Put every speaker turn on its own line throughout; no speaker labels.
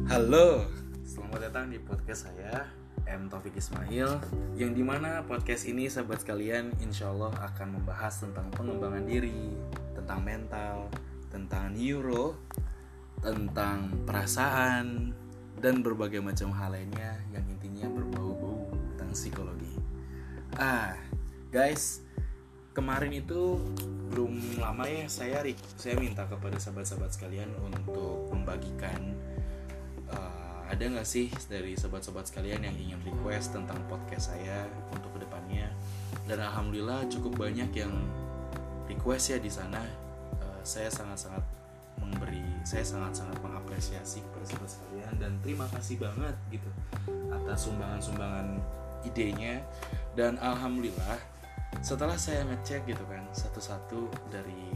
Halo, selamat datang di podcast saya M. Taufik Ismail. Yang dimana podcast ini sahabat sekalian insya Allah akan membahas tentang pengembangan diri, tentang mental, tentang neuro, tentang perasaan, dan berbagai macam hal lainnya yang intinya berbau-bau tentang psikologi. Guys, kemarin itu belum lama ya saya minta kepada sahabat-sahabat sekalian untuk membagikan ada nggak sih dari sahabat-sahabat sekalian yang ingin request tentang podcast saya untuk kedepannya, dan alhamdulillah cukup banyak yang request ya di sana. Saya sangat-sangat mengapresiasi kepada sahabat sekalian dan terima kasih banget gitu atas sumbangan-sumbangan idenya. Dan alhamdulillah setelah saya ngecek gitu kan satu-satu dari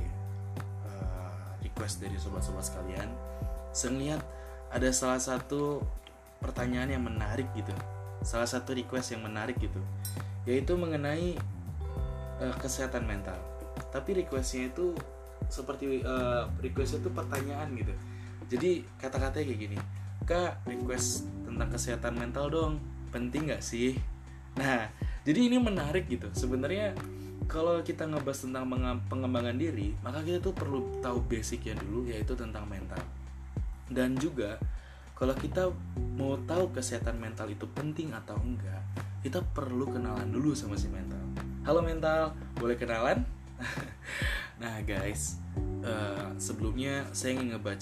request dari sobat-sobat sekalian, saya lihat ada salah satu pertanyaan yang menarik gitu, salah satu request yang menarik gitu, yaitu mengenai kesehatan mental. Tapi requestnya itu seperti requestnya itu pertanyaan gitu. Jadi kata-katanya kayak gini, "Kak, request tentang kesehatan mental dong, penting gak sih?" Nah, jadi ini menarik gitu. Sebenarnya kalau kita ngebahas tentang pengembangan diri, maka kita tuh perlu tahu basicnya dulu, yaitu tentang mental. Dan juga kalau kita mau tahu kesehatan mental itu penting atau enggak, kita perlu kenalan dulu sama si mental. Halo mental, boleh kenalan? Nah guys, sebelumnya saya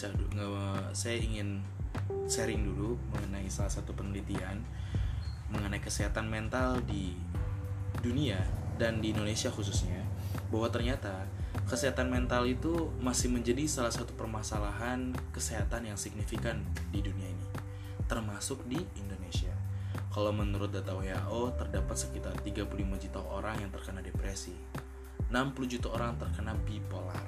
ingin sharing dulu mengenai salah satu penelitian mengenai kesehatan mental di dunia dan di Indonesia khususnya, bahwa ternyata kesehatan mental itu masih menjadi salah satu permasalahan kesehatan yang signifikan di dunia ini, termasuk di Indonesia. Kalau menurut data WHO, terdapat sekitar 35 juta orang yang terkena depresi, 60 juta orang terkena bipolar,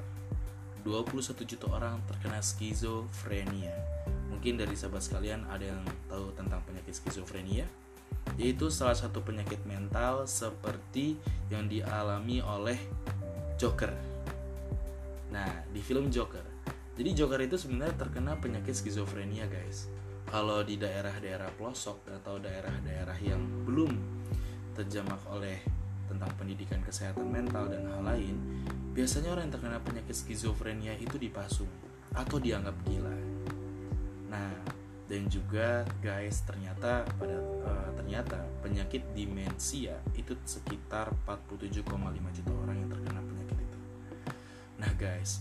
21 juta orang terkena skizofrenia. Mungkin dari sahabat sekalian ada yang tahu tentang penyakit skizofrenia, yaitu salah satu penyakit mental seperti yang dialami oleh Joker. Nah, di film Joker. Jadi Joker itu sebenarnya terkena penyakit skizofrenia, guys. Kalau di daerah-daerah pelosok atau daerah-daerah yang belum terjamah oleh tentang pendidikan kesehatan mental dan hal lain, biasanya orang yang terkena penyakit skizofrenia itu dipasung atau dianggap gila. Nah, dan juga guys, ternyata penyakit demensia itu sekitar 47,5 juta orang yang terkena penyakit itu. Nah guys,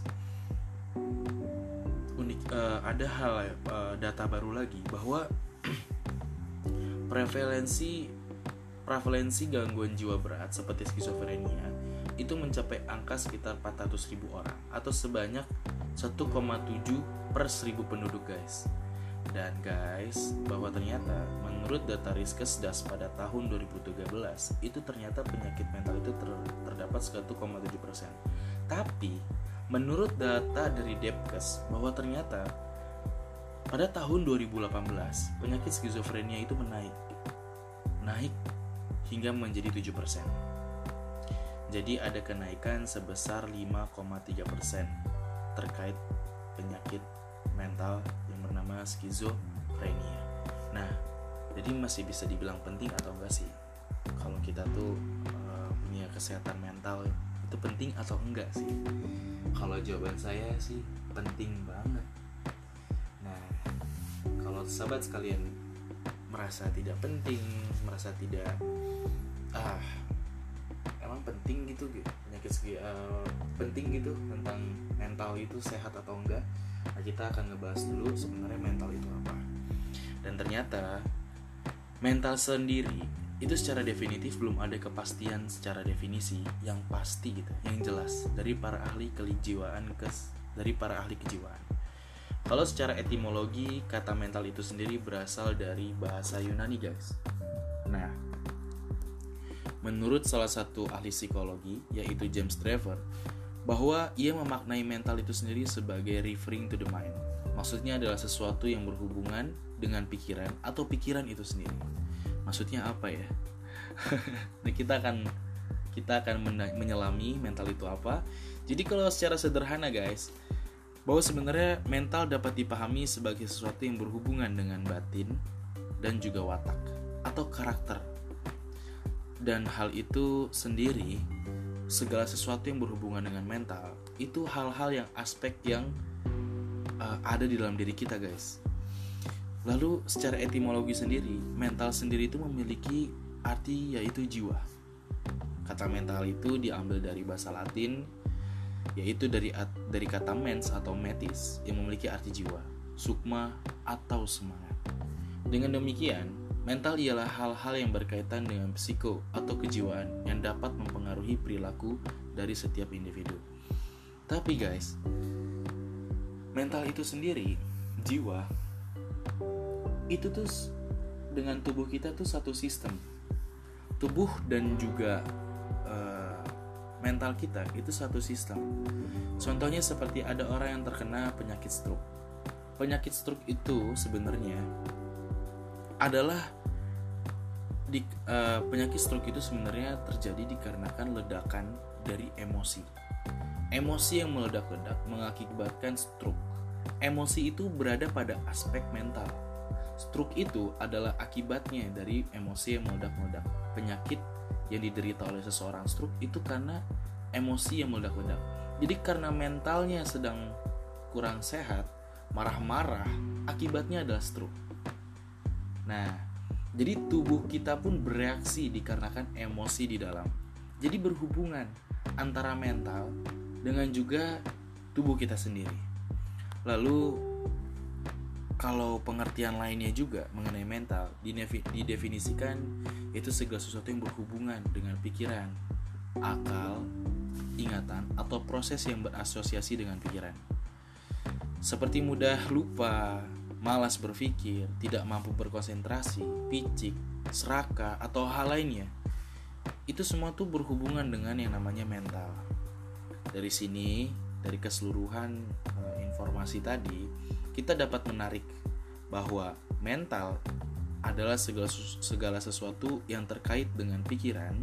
ada data baru lagi bahwa prevalensi gangguan jiwa berat seperti skizofrenia itu mencapai angka sekitar 400.000 orang atau sebanyak 1,7 per 1.000 penduduk guys. Dan guys, bahwa ternyata menurut data Riskesdas pada tahun 2013 itu ternyata penyakit mental itu terdapat 1,7%. Tapi menurut data dari Depkes bahwa ternyata pada tahun 2018 penyakit skizofrenia itu naik hingga menjadi 7%. Jadi ada kenaikan sebesar 5,3% terkait penyakit mental yang bernama skizofrenia. Nah, jadi masih bisa dibilang penting atau enggak sih kalau kita tuh punya kesehatan mental itu penting atau enggak sih? Kalau jawaban saya sih penting banget. Nah, kalau sahabat sekalian merasa tidak penting, merasa tidak emang penting gitu penyakit penting gitu tentang mental itu sehat atau enggak, nah kita akan ngebahas dulu sebenarnya mental itu apa. Dan ternyata mental sendiri itu secara definitif belum ada kepastian secara definisi yang pasti gitu, yang jelas dari para ahli kejiwaan. Kalau secara etimologi, kata mental itu sendiri berasal dari bahasa Yunani guys. Nah, menurut salah satu ahli psikologi yaitu James Driver, bahwa ia memaknai mental itu sendiri sebagai referring to the mind. Maksudnya adalah sesuatu yang berhubungan dengan pikiran atau pikiran itu sendiri. Maksudnya apa ya? Nah, kita akan menyelami mental itu apa. Jadi kalau secara sederhana guys, bahwa sebenarnya mental dapat dipahami sebagai sesuatu yang berhubungan dengan batin dan juga watak atau karakter. Dan hal itu sendiri, segala sesuatu yang berhubungan dengan mental itu hal-hal yang aspek yang ada di dalam diri kita, guys. Lalu secara etimologi sendiri, mental sendiri itu memiliki arti yaitu jiwa. Kata mental itu diambil dari bahasa Latin, yaitu dari kata mens atau metis yang memiliki arti jiwa, sukma atau semangat. Dengan demikian, mental ialah hal-hal yang berkaitan dengan psiko atau kejiwaan yang dapat mempengaruhi perilaku dari setiap individu. Tapi guys, mental itu sendiri, jiwa, itu tuh dengan tubuh kita tuh satu sistem. Tubuh dan juga mental kita itu satu sistem. Contohnya seperti ada orang yang terkena penyakit stroke. Penyakit stroke itu sebenarnya adalah penyakit stroke itu sebenarnya terjadi dikarenakan ledakan dari emosi. Emosi yang meledak-ledak mengakibatkan stroke. Emosi itu berada pada aspek mental. Stroke itu adalah akibatnya dari emosi yang meledak-ledak. Penyakit yang diderita oleh seseorang stroke itu karena emosi yang meledak-ledak. Jadi karena mentalnya sedang kurang sehat, marah-marah, akibatnya adalah stroke. Nah, jadi tubuh kita pun bereaksi dikarenakan emosi di dalam. Jadi berhubungan antara mental dengan juga tubuh kita sendiri. Lalu kalau pengertian lainnya juga mengenai mental didefinisikan itu segala sesuatu yang berhubungan dengan pikiran, akal, ingatan, atau proses yang berasosiasi dengan pikiran. Seperti mudah lupa, malas berpikir, tidak mampu berkonsentrasi, picik, serakah, atau hal lainnya. Itu semua tuh berhubungan dengan yang namanya mental. Dari sini, dari keseluruhan informasi tadi, kita dapat menarik bahwa mental adalah segala sesuatu yang terkait dengan pikiran,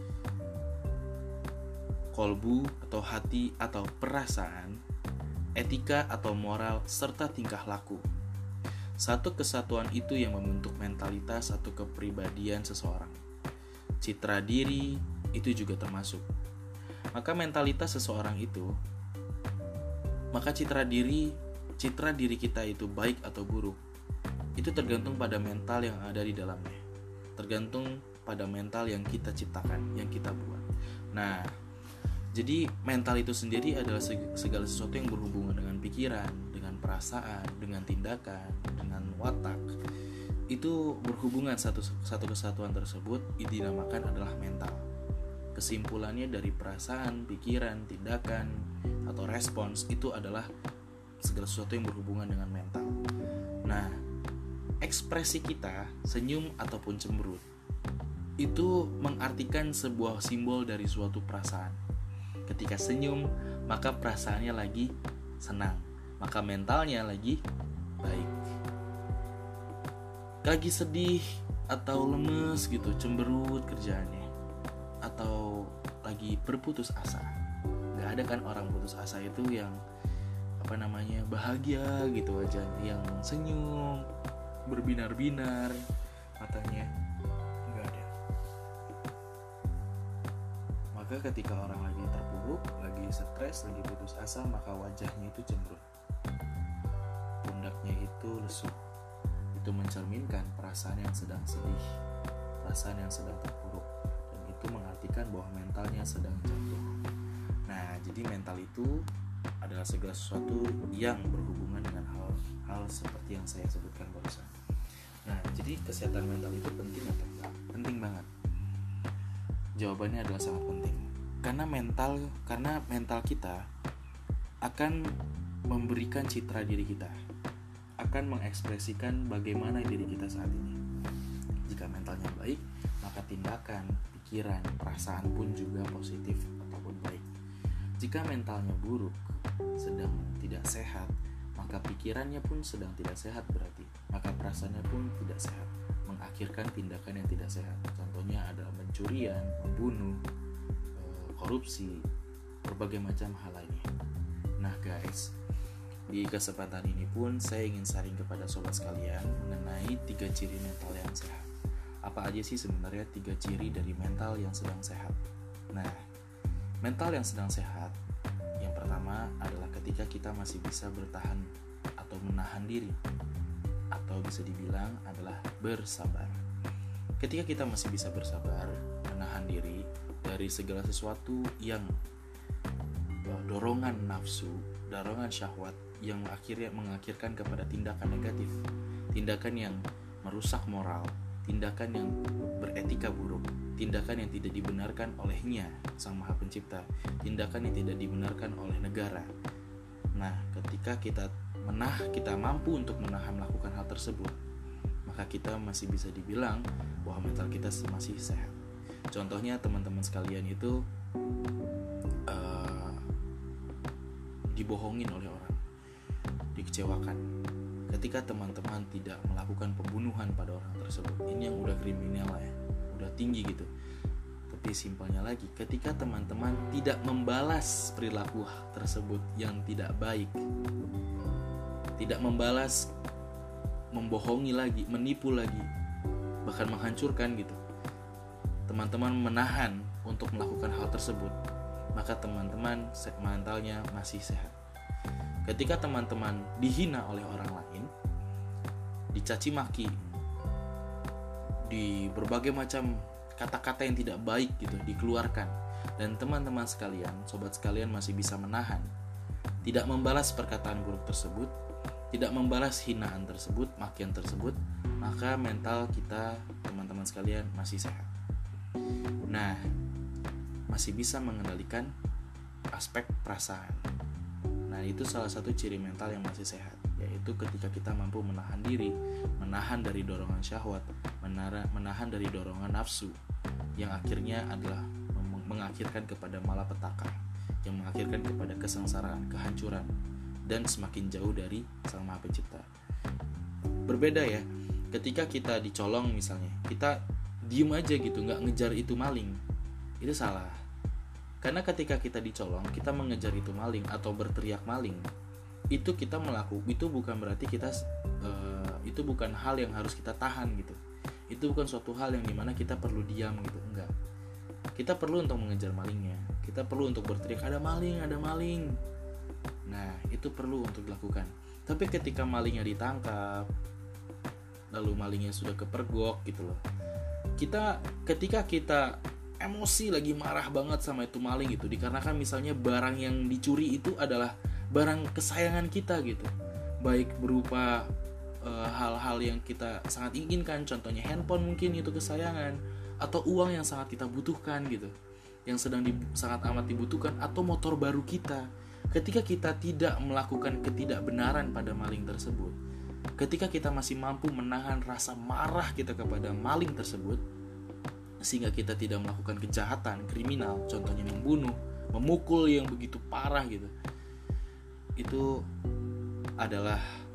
kolbu atau hati atau perasaan, etika atau moral, serta tingkah laku. Satu kesatuan itu yang membentuk mentalitas atau kepribadian seseorang. Citra diri itu juga termasuk. Maka mentalitas seseorang itu, maka citra diri kita itu baik atau buruk, itu tergantung pada mental yang ada di dalamnya. Tergantung pada mental yang kita ciptakan, yang kita buat. Nah, jadi mental itu sendiri adalah segala sesuatu yang berhubungan dengan pikiran, dengan perasaan, dengan tindakan, dengan watak. Itu berhubungan satu kesatuan tersebut dinamakan adalah mental. Kesimpulannya dari perasaan, pikiran, tindakan, atau respons itu adalah segala sesuatu yang berhubungan dengan mental. Nah, ekspresi kita, senyum ataupun cemberut, itu mengartikan sebuah simbol dari suatu perasaan. Ketika senyum, maka perasaannya lagi senang, maka mentalnya lagi baik. Lagi sedih atau lemes gitu, cemberut kerjaannya, atau lagi berputus asa. Gak ada kan orang putus asa itu yang bahagia gitu aja, yang senyum berbinar-binar matanya, nggak ada. Maka ketika orang lagi terpuruk, lagi stres, lagi putus asa, maka wajahnya itu cemberut, pundaknya itu lesu. Itu mencerminkan perasaan yang sedang sedih, perasaan yang sedang terpuruk, dan itu mengartikan bahwa mentalnya sedang jatuh. Nah, jadi mental itu adalah segala sesuatu yang berhubungan dengan hal seperti yang saya sebutkan barusan. Nah, jadi kesehatan mental itu penting atau enggak? Penting banget. Jawabannya adalah sangat penting. Karena mental kita akan memberikan citra diri kita, akan mengekspresikan bagaimana diri kita saat ini. Jika mentalnya baik, maka tindakan, pikiran, perasaan pun juga positif ataupun baik. Jika mentalnya buruk, sedang tidak sehat, maka pikirannya pun sedang tidak sehat berarti. Maka perasaannya pun tidak sehat, mengakhirkan tindakan yang tidak sehat. Contohnya adalah pencurian, membunuh, korupsi, berbagai macam hal lainnya. Nah guys, Di kesempatan ini pun saya ingin sharing kepada sobat sekalian mengenai 3 ciri mental yang sehat. Apa aja sih sebenarnya 3 ciri dari mental yang sedang sehat? Nah, mental yang sedang sehat yang pertama adalah ketika kita masih bisa bertahan atau menahan diri, atau bisa dibilang adalah bersabar. Ketika kita masih bisa bersabar, menahan diri dari segala sesuatu yang dorongan nafsu, dorongan syahwat yang akhirnya mengakhirkan kepada tindakan negatif, tindakan yang merusak moral, tindakan yang beretika buruk, tindakan yang tidak dibenarkan olehnya Sang Maha Pencipta, tindakan yang tidak dibenarkan oleh negara. Nah, ketika kita mampu untuk menahan melakukan hal tersebut, maka kita masih bisa dibilang bahwa mental kita masih sehat. Contohnya teman-teman sekalian itu dibohongin oleh orang, dikecewakan. Ketika teman-teman tidak melakukan pembunuhan pada orang tersebut, ini yang udah kriminal lah ya, udah tinggi gitu. Tapi simpelnya lagi, ketika teman-teman tidak membalas perilaku tersebut yang tidak baik, tidak membalas, membohongi lagi, menipu lagi, bahkan menghancurkan gitu, teman-teman menahan untuk melakukan hal tersebut, maka teman-teman mentalnya masih sehat. Ketika teman-teman dihina oleh orang lain, dicaci maki, di berbagai macam kata-kata yang tidak baik gitu dikeluarkan, dan teman-teman sekalian, sobat sekalian masih bisa menahan, tidak membalas perkataan buruk tersebut, tidak membalas hinaan tersebut, makian tersebut, maka mental kita, teman-teman sekalian, masih sehat. Nah, masih bisa mengendalikan aspek perasaan. Nah, itu salah satu ciri mental yang masih sehat, yaitu ketika kita mampu menahan diri, menahan dari dorongan syahwat, menahan dari dorongan nafsu, yang akhirnya adalah mengakhirkan kepada malapetaka, yang mengakhirkan kepada kesengsaraan, kehancuran, dan semakin jauh dari Sang Maha Pencipta. Berbeda ya, ketika kita dicolong misalnya, kita diem aja gitu, nggak ngejar itu maling, itu salah. Karena ketika kita dicolong, kita mengejar itu maling atau berteriak maling, itu kita itu bukan berarti kita itu bukan hal yang harus kita tahan gitu. Itu bukan suatu hal yang dimana kita perlu diam gitu, enggak. Kita perlu untuk mengejar malingnya, kita perlu untuk berteriak ada maling, ada maling. Nah, itu perlu untuk dilakukan. Tapi ketika malingnya ditangkap, lalu malingnya sudah kepergok gitu loh, ketika kita emosi lagi marah banget sama itu maling gitu, dikarenakan misalnya barang yang dicuri itu adalah barang kesayangan kita gitu, baik berupa hal-hal yang kita sangat inginkan, contohnya handphone mungkin itu kesayangan, atau uang yang sangat kita butuhkan gitu, yang sangat amat dibutuhkan, atau motor baru kita. Ketika kita tidak melakukan ketidakbenaran pada maling tersebut, ketika kita masih mampu menahan rasa marah kita kepada maling tersebut, sehingga kita tidak melakukan kejahatan kriminal, contohnya membunuh, memukul yang begitu parah gitu, itu adalah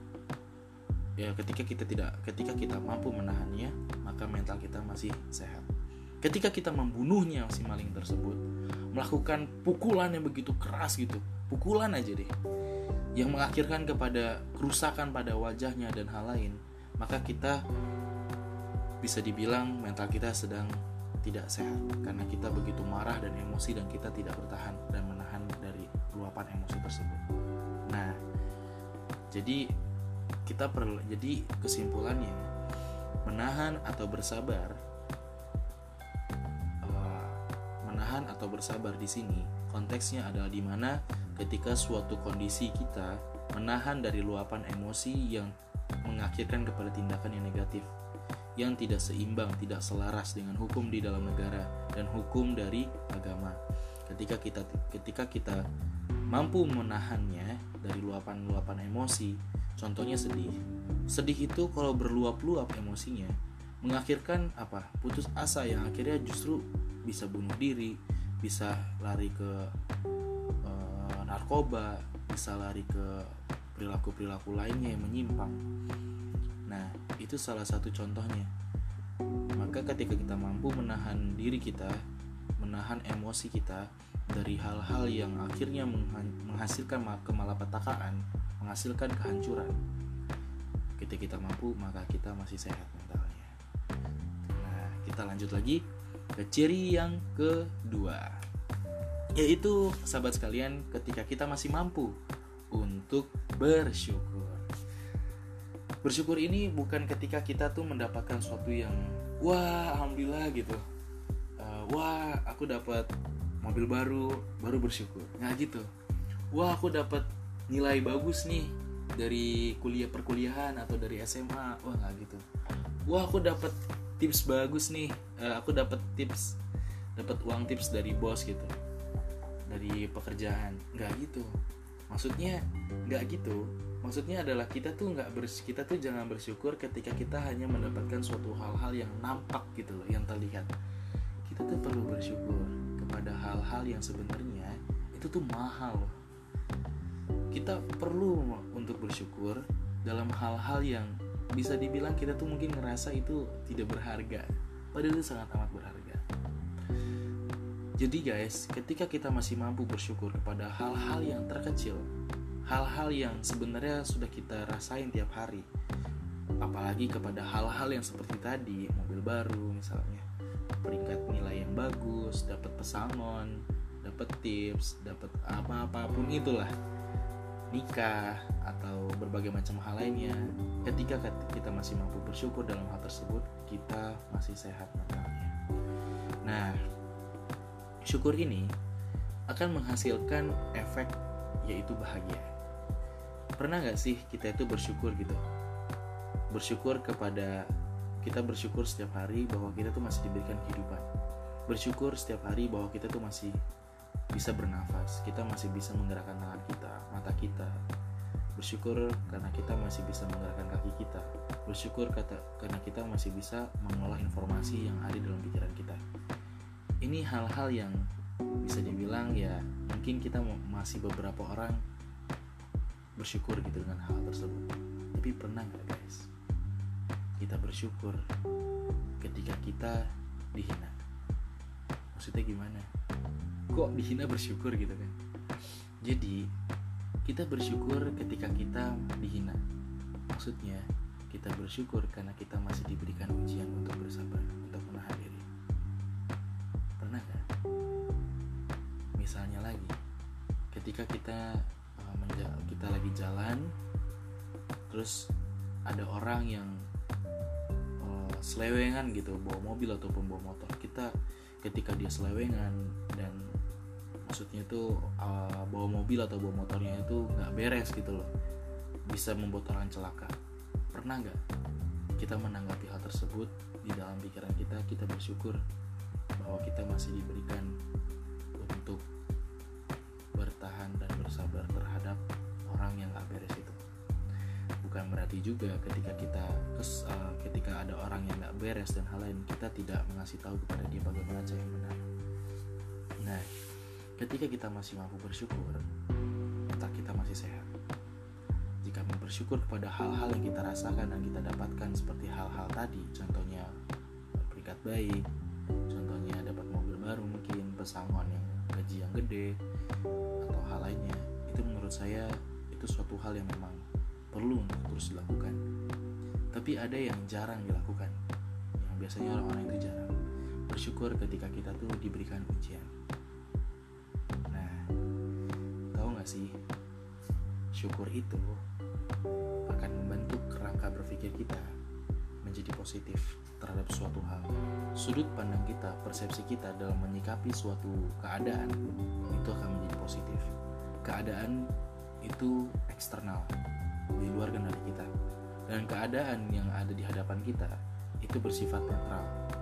ya ketika kita mampu menahannya, maka mental kita masih sehat. Ketika kita membunuhnya si maling tersebut, melakukan pukulan yang begitu keras gitu, pukulan aja deh, yang mengakhirkan kepada kerusakan pada wajahnya dan hal lain, maka kita bisa dibilang mental kita sedang tidak sehat, karena kita begitu marah dan emosi, dan kita tidak bertahan dan menahan dari luapan emosi tersebut. Nah, jadi kesimpulannya, menahan atau bersabar di sini konteksnya adalah di mana ketika suatu kondisi kita menahan dari luapan emosi yang mengakhirkan kepada tindakan yang negatif, yang tidak seimbang, tidak selaras dengan hukum di dalam negara dan hukum dari agama. Ketika kita mampu menahannya dari luapan-luapan emosi, contohnya sedih itu kalau berluap-luap emosinya mengakhirkan putus asa, yang akhirnya justru bisa bunuh diri, bisa lari ke narkoba, bisa lari ke perilaku-perilaku lainnya yang menyimpang. Nah, itu salah satu contohnya. Maka ketika kita mampu menahan diri kita, menahan emosi kita dari hal-hal yang akhirnya menghasilkan kemalapetakaan, menghasilkan kehancuran. Ketika kita mampu, maka kita masih sehat mentalnya. Nah, kita lanjut lagi ke ciri yang kedua, yaitu sahabat sekalian, ketika kita masih mampu untuk bersyukur. Bersyukur ini bukan ketika kita tuh mendapatkan sesuatu yang wah alhamdulillah gitu, wah aku dapat mobil baru bersyukur, nggak gitu. Wah aku dapat nilai bagus nih dari perkuliahan atau dari SMA, wah nggak gitu. Wah aku dapat tips bagus nih, aku dapat uang tips dari bos gitu, dari pekerjaan, nggak gitu. Maksudnya nggak gitu. Maksudnya adalah kita tuh jangan bersyukur ketika kita hanya mendapatkan suatu hal-hal yang nampak gitu loh, yang terlihat. Kita tuh perlu bersyukur kepada hal-hal yang sebenarnya itu tuh mahal loh. Kita perlu untuk bersyukur dalam hal-hal yang bisa dibilang kita tuh mungkin ngerasa itu tidak berharga, padahal itu sangat amat berharga. Jadi guys, ketika kita masih mampu bersyukur kepada hal-hal yang terkecil, hal-hal yang sebenarnya sudah kita rasain tiap hari, apalagi kepada hal-hal yang seperti tadi, mobil baru misalnya, peringkat nilai yang bagus, dapat pesangon, dapat tips, dapat apapun itulah, nikah atau berbagai macam hal lainnya. Ketika kita masih mampu bersyukur dalam hal tersebut, kita masih sehat mentalnya. Nah, syukur ini akan menghasilkan efek, yaitu bahagia. Pernah gak sih kita itu bersyukur gitu? Kita bersyukur setiap hari bahwa kita tuh masih diberikan kehidupan. Bersyukur setiap hari bahwa kita tuh masih bisa bernafas, kita masih bisa menggerakkan tangan kita, mata kita. Bersyukur karena kita masih bisa menggerakkan kaki kita. Bersyukur karena kita masih bisa mengolah informasi yang ada dalam pikiran kita. Ini hal-hal yang bisa dibilang ya mungkin kita masih beberapa orang bersyukur gitu dengan hal tersebut. Tapi pernah gak guys kita bersyukur ketika kita dihina? Maksudnya gimana? Kok dihina bersyukur gitu kan? Jadi kita bersyukur ketika kita dihina. Maksudnya kita bersyukur karena kita masih diberikan ujian untuk bersabar, untuk menahan diri. Pernah gak? Misalnya lagi, ketika kita lagi jalan, terus ada orang yang selewengan gitu, bawa mobil ataupun bawa motor. Ketika dia selewengan dan maksudnya itu bawa mobil atau bawa motornya itu nggak beres gitu loh, bisa membuat orang celaka. Pernah nggak kita menanggapi hal tersebut? Di dalam pikiran kita bersyukur bahwa kita masih diberikan untuk bertahan dan bersabar terhadap orang yang nggak beres itu. Bukan berarti juga ketika ada orang yang nggak beres dan hal lain, kita tidak mengasih tahu kepada dia bagaimana cara yang benar. Nah, ketika kita masih mampu bersyukur, mental kita masih sehat. Jika bersyukur kepada hal-hal yang kita rasakan dan kita dapatkan seperti hal-hal tadi, contohnya peringkat baik, contohnya dapat mobil baru, mungkin pesangon yang gaji yang gede atau hal lainnya, itu menurut saya itu suatu hal yang memang perlu untuk terus dilakukan. Tapi ada yang jarang dilakukan, yang biasanya orang-orang itu jarang bersyukur ketika kita tuh diberikan ujian. Nah, tahu gak sih, syukur itu akan membentuk kerangka berpikir kita menjadi positif terhadap suatu hal. Sudut pandang kita, persepsi kita dalam menyikapi suatu keadaan itu akan menjadi positif. Keadaan itu eksternal, di luar kendali kita, dan keadaan yang ada di hadapan kita itu bersifat netral,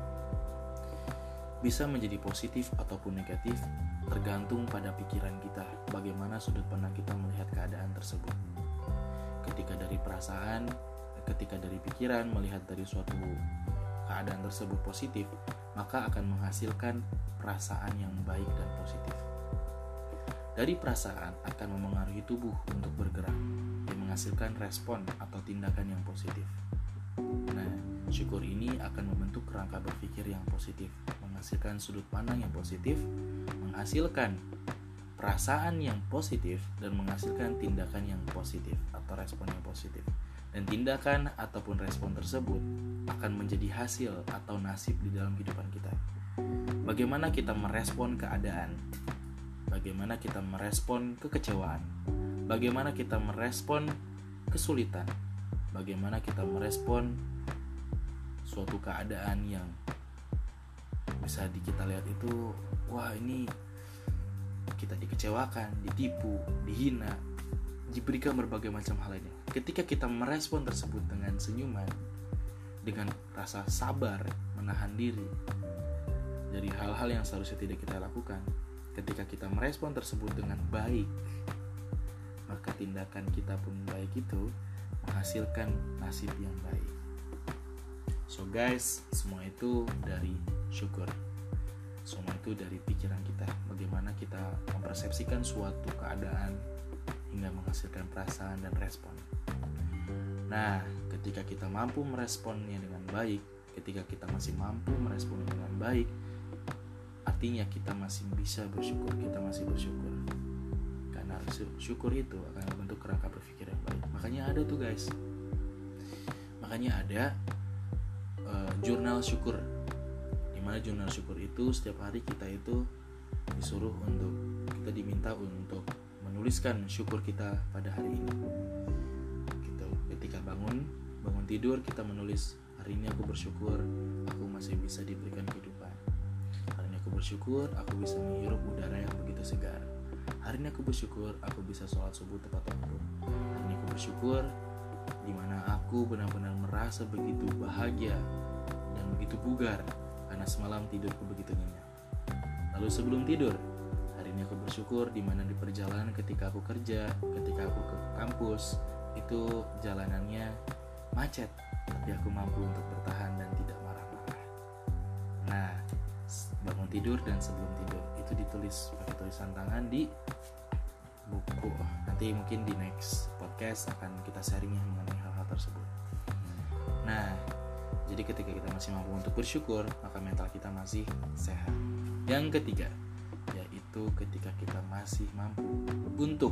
bisa menjadi positif ataupun negatif tergantung pada pikiran kita, bagaimana sudut pandang kita melihat keadaan tersebut. Ketika dari pikiran melihat dari suatu keadaan tersebut positif, maka akan menghasilkan perasaan yang baik dan positif. Dari perasaan akan memengaruhi tubuh untuk bergerak, yang menghasilkan respon atau tindakan yang positif. Nah, syukur ini akan membentuk kerangka berpikir yang positif, menghasilkan sudut pandang yang positif, menghasilkan perasaan yang positif dan menghasilkan tindakan yang positif atau respon yang positif. Dan tindakan ataupun respon tersebut akan menjadi hasil atau nasib di dalam kehidupan kita. Bagaimana kita merespon keadaan? Bagaimana kita merespon kekecewaan? Bagaimana kita merespon kesulitan? Bagaimana kita merespon suatu keadaan yang bisa kita lihat itu, wah ini kita dikecewakan, ditipu, dihina, diberikan berbagai macam hal lainnya. Ketika kita merespon tersebut dengan senyuman, dengan rasa sabar, menahan diri dari hal-hal yang seharusnya tidak kita lakukan, ketika kita merespon tersebut dengan baik, maka tindakan kita pun baik itu menghasilkan nasib yang baik. So guys, semua itu dari syukur. Semua itu dari pikiran kita. Bagaimana kita mempersepsikan suatu keadaan hingga menghasilkan perasaan dan respon. Nah, ketika kita mampu meresponnya dengan baik, ketika kita masih mampu meresponnya dengan baik, artinya kita masih bisa bersyukur, kita masih bersyukur. Karena syukur itu akan membentuk kerangka berpikir yang baik. Makanya ada tuh guys, makanya ada jurnal syukur. Dimana jurnal syukur itu setiap hari kita itu disuruh untuk, kita diminta untuk menuliskan syukur kita pada hari ini. Gitu. Ketika bangun tidur kita menulis, hari ini aku bersyukur aku masih bisa diberikan kehidupan. Hari ini aku bersyukur aku bisa menghirup udara yang begitu segar. Hari ini aku bersyukur aku bisa sholat subuh tepat waktu. Hari ini aku bersyukur dimana aku benar-benar merasa begitu bahagia dan begitu bugar karena semalam tidurku begitu nyenyak. Lalu sebelum tidur, hari ini aku bersyukur dimana di perjalanan ketika aku kerja, ketika aku ke kampus, itu jalanannya macet, tapi aku mampu untuk bertahan dan tidak marah-marah. Nah, bangun tidur dan sebelum tidur itu ditulis pakai tulisan tangan di buku. Nanti mungkin di next podcast akan kita sharing mengenai hal-hal tersebut. Nah, jadi ketika kita masih mampu untuk bersyukur, maka mental kita masih sehat. Yang ketiga, yaitu ketika kita masih mampu untuk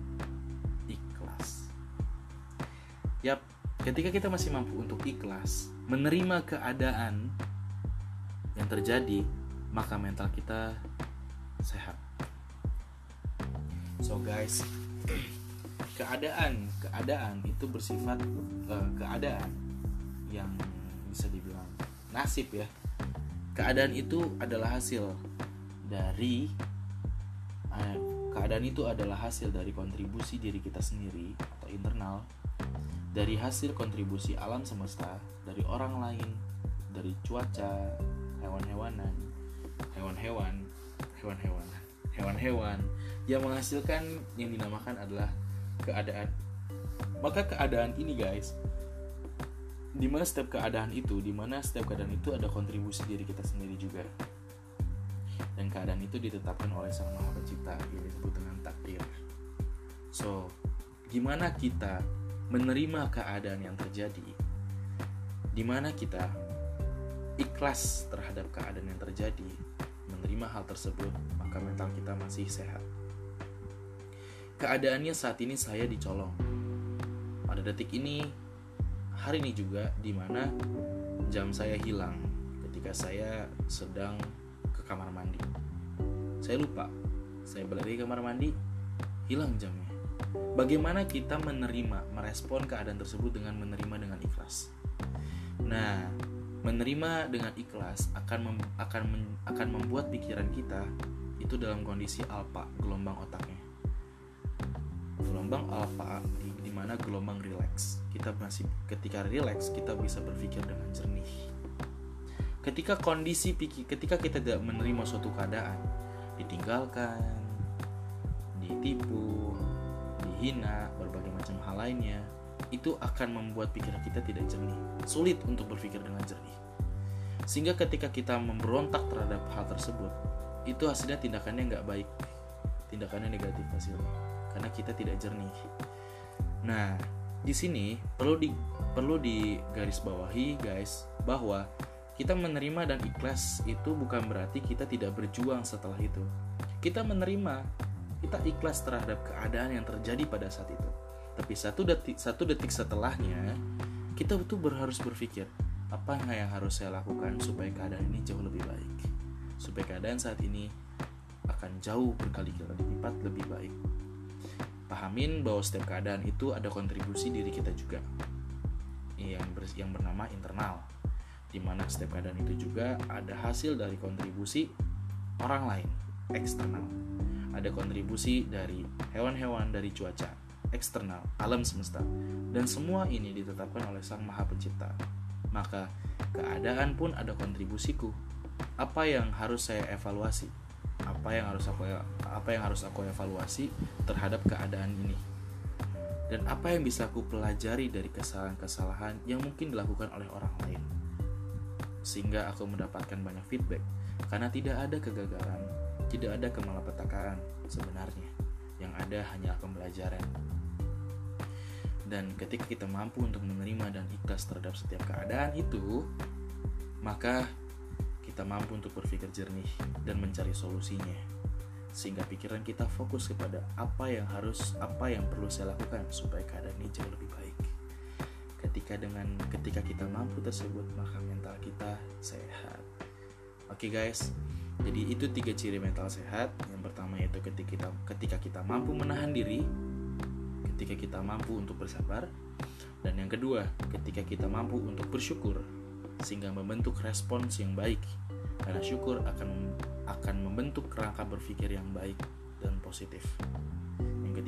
ikhlas. Yap, ketika kita masih mampu untuk ikhlas, menerima keadaan yang terjadi, maka mental kita sehat. So guys, keadaan itu bersifat keadaan yang bisa dibilang nasib ya. Keadaan itu adalah hasil dari kontribusi diri kita sendiri atau internal, dari hasil kontribusi alam semesta, dari orang lain, dari cuaca, hewan-hewan yang menghasilkan yang dinamakan adalah keadaan. Maka keadaan ini guys, dimana setiap keadaan itu ada kontribusi diri kita sendiri juga, dan keadaan itu ditetapkan oleh Sang Maha Pencipta yang disebut dengan takdir. So, gimana kita menerima keadaan yang terjadi, dimana kita ikhlas terhadap keadaan yang terjadi, menerima hal tersebut, maka mental kita masih sehat. Keadaannya saat ini saya dicolong. Pada detik ini, hari ini juga, di mana jam saya hilang ketika saya sedang ke kamar mandi. Saya lupa, saya balik ke kamar mandi, hilang jamnya. Bagaimana kita merespon keadaan tersebut dengan menerima dengan ikhlas. Nah, menerima dengan ikhlas akan membuat pikiran kita itu dalam kondisi alpha, gelombang otaknya. Gelombang alpha di mana gelombang relax. Ketika relax kita bisa berpikir dengan jernih. Ketika kita tidak menerima suatu keadaan, ditinggalkan, ditipu, dihina, berbagai macam hal lainnya, itu akan membuat pikiran kita tidak jernih, sulit untuk berpikir dengan jernih. Sehingga ketika kita memberontak terhadap hal tersebut, itu hasilnya tindakannya nggak baik, tindakannya negatif hasilnya, karena kita tidak jernih. Nah, di sini perlu digarisbawahi guys, bahwa kita menerima dan ikhlas itu bukan berarti kita tidak berjuang setelah itu. Kita menerima Kita ikhlas terhadap keadaan yang terjadi pada saat itu. Tapi satu detik setelahnya, kita betul harus berpikir, apa yang harus saya lakukan supaya keadaan ini jauh lebih baik, supaya keadaan saat ini akan jauh berkali-kali lipat lebih baik. Pahamin bahwa setiap keadaan itu ada kontribusi diri kita juga, yang bernama internal, di mana setiap keadaan itu juga ada hasil dari kontribusi orang lain, eksternal. Ada kontribusi dari hewan-hewan, dari cuaca, eksternal, alam semesta. Dan semua ini ditetapkan oleh Sang Maha Pencipta. Maka keadaan pun ada kontribusiku. Apa yang harus saya evaluasi? Apa yang harus aku evaluasi terhadap keadaan ini? Dan apa yang bisa aku pelajari dari kesalahan-kesalahan yang mungkin dilakukan oleh orang lain? Sehingga aku mendapatkan banyak feedback. Karena tidak ada kegagalan, tidak ada kemalapetakaan sebenarnya. Yang ada hanya pembelajaran. Dan ketika kita mampu untuk menerima dan ikhlas terhadap setiap keadaan itu, maka kita mampu untuk berpikir jernih dan mencari solusinya, sehingga pikiran kita fokus kepada apa yang perlu saya lakukan supaya keadaan ini jauh lebih baik. Ketika kita mampu tersebut, maka mental kita sehat. Oke guys, jadi itu 3 ciri mental sehat. Yang pertama yaitu ketika kita mampu menahan diri, ketika kita mampu untuk bersabar, dan yang kedua ketika kita mampu untuk bersyukur sehingga membentuk respons yang baik, karena syukur akan membentuk kerangka berpikir yang baik dan positif. Yang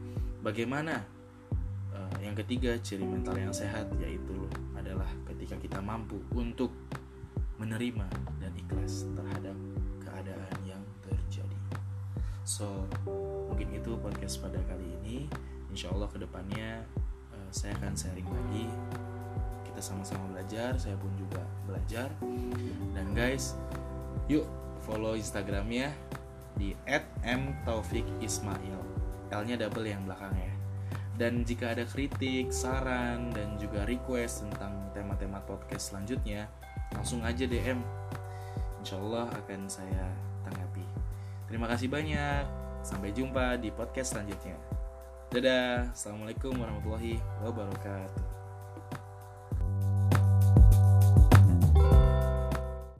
ketiga ciri mental yang sehat yaitu adalah ketika kita mampu untuk menerima dan ikhlas terhadap keadaan yang terjadi. So mungkin itu podcast pada kali ini. Insyaallah kedepannya saya akan sharing lagi. Kita sama-sama belajar, saya pun juga belajar. Dan guys, yuk follow Instagramnya di @mtaufikismail. L-nya double yang belakangnya. Dan jika ada kritik, saran, dan juga request tentang tema-tema podcast selanjutnya, langsung aja DM. Insyaallah akan saya tanggapi. Terima kasih banyak. Sampai jumpa di podcast selanjutnya. Dadah. Assalamualaikum warahmatullahi wabarakatuh.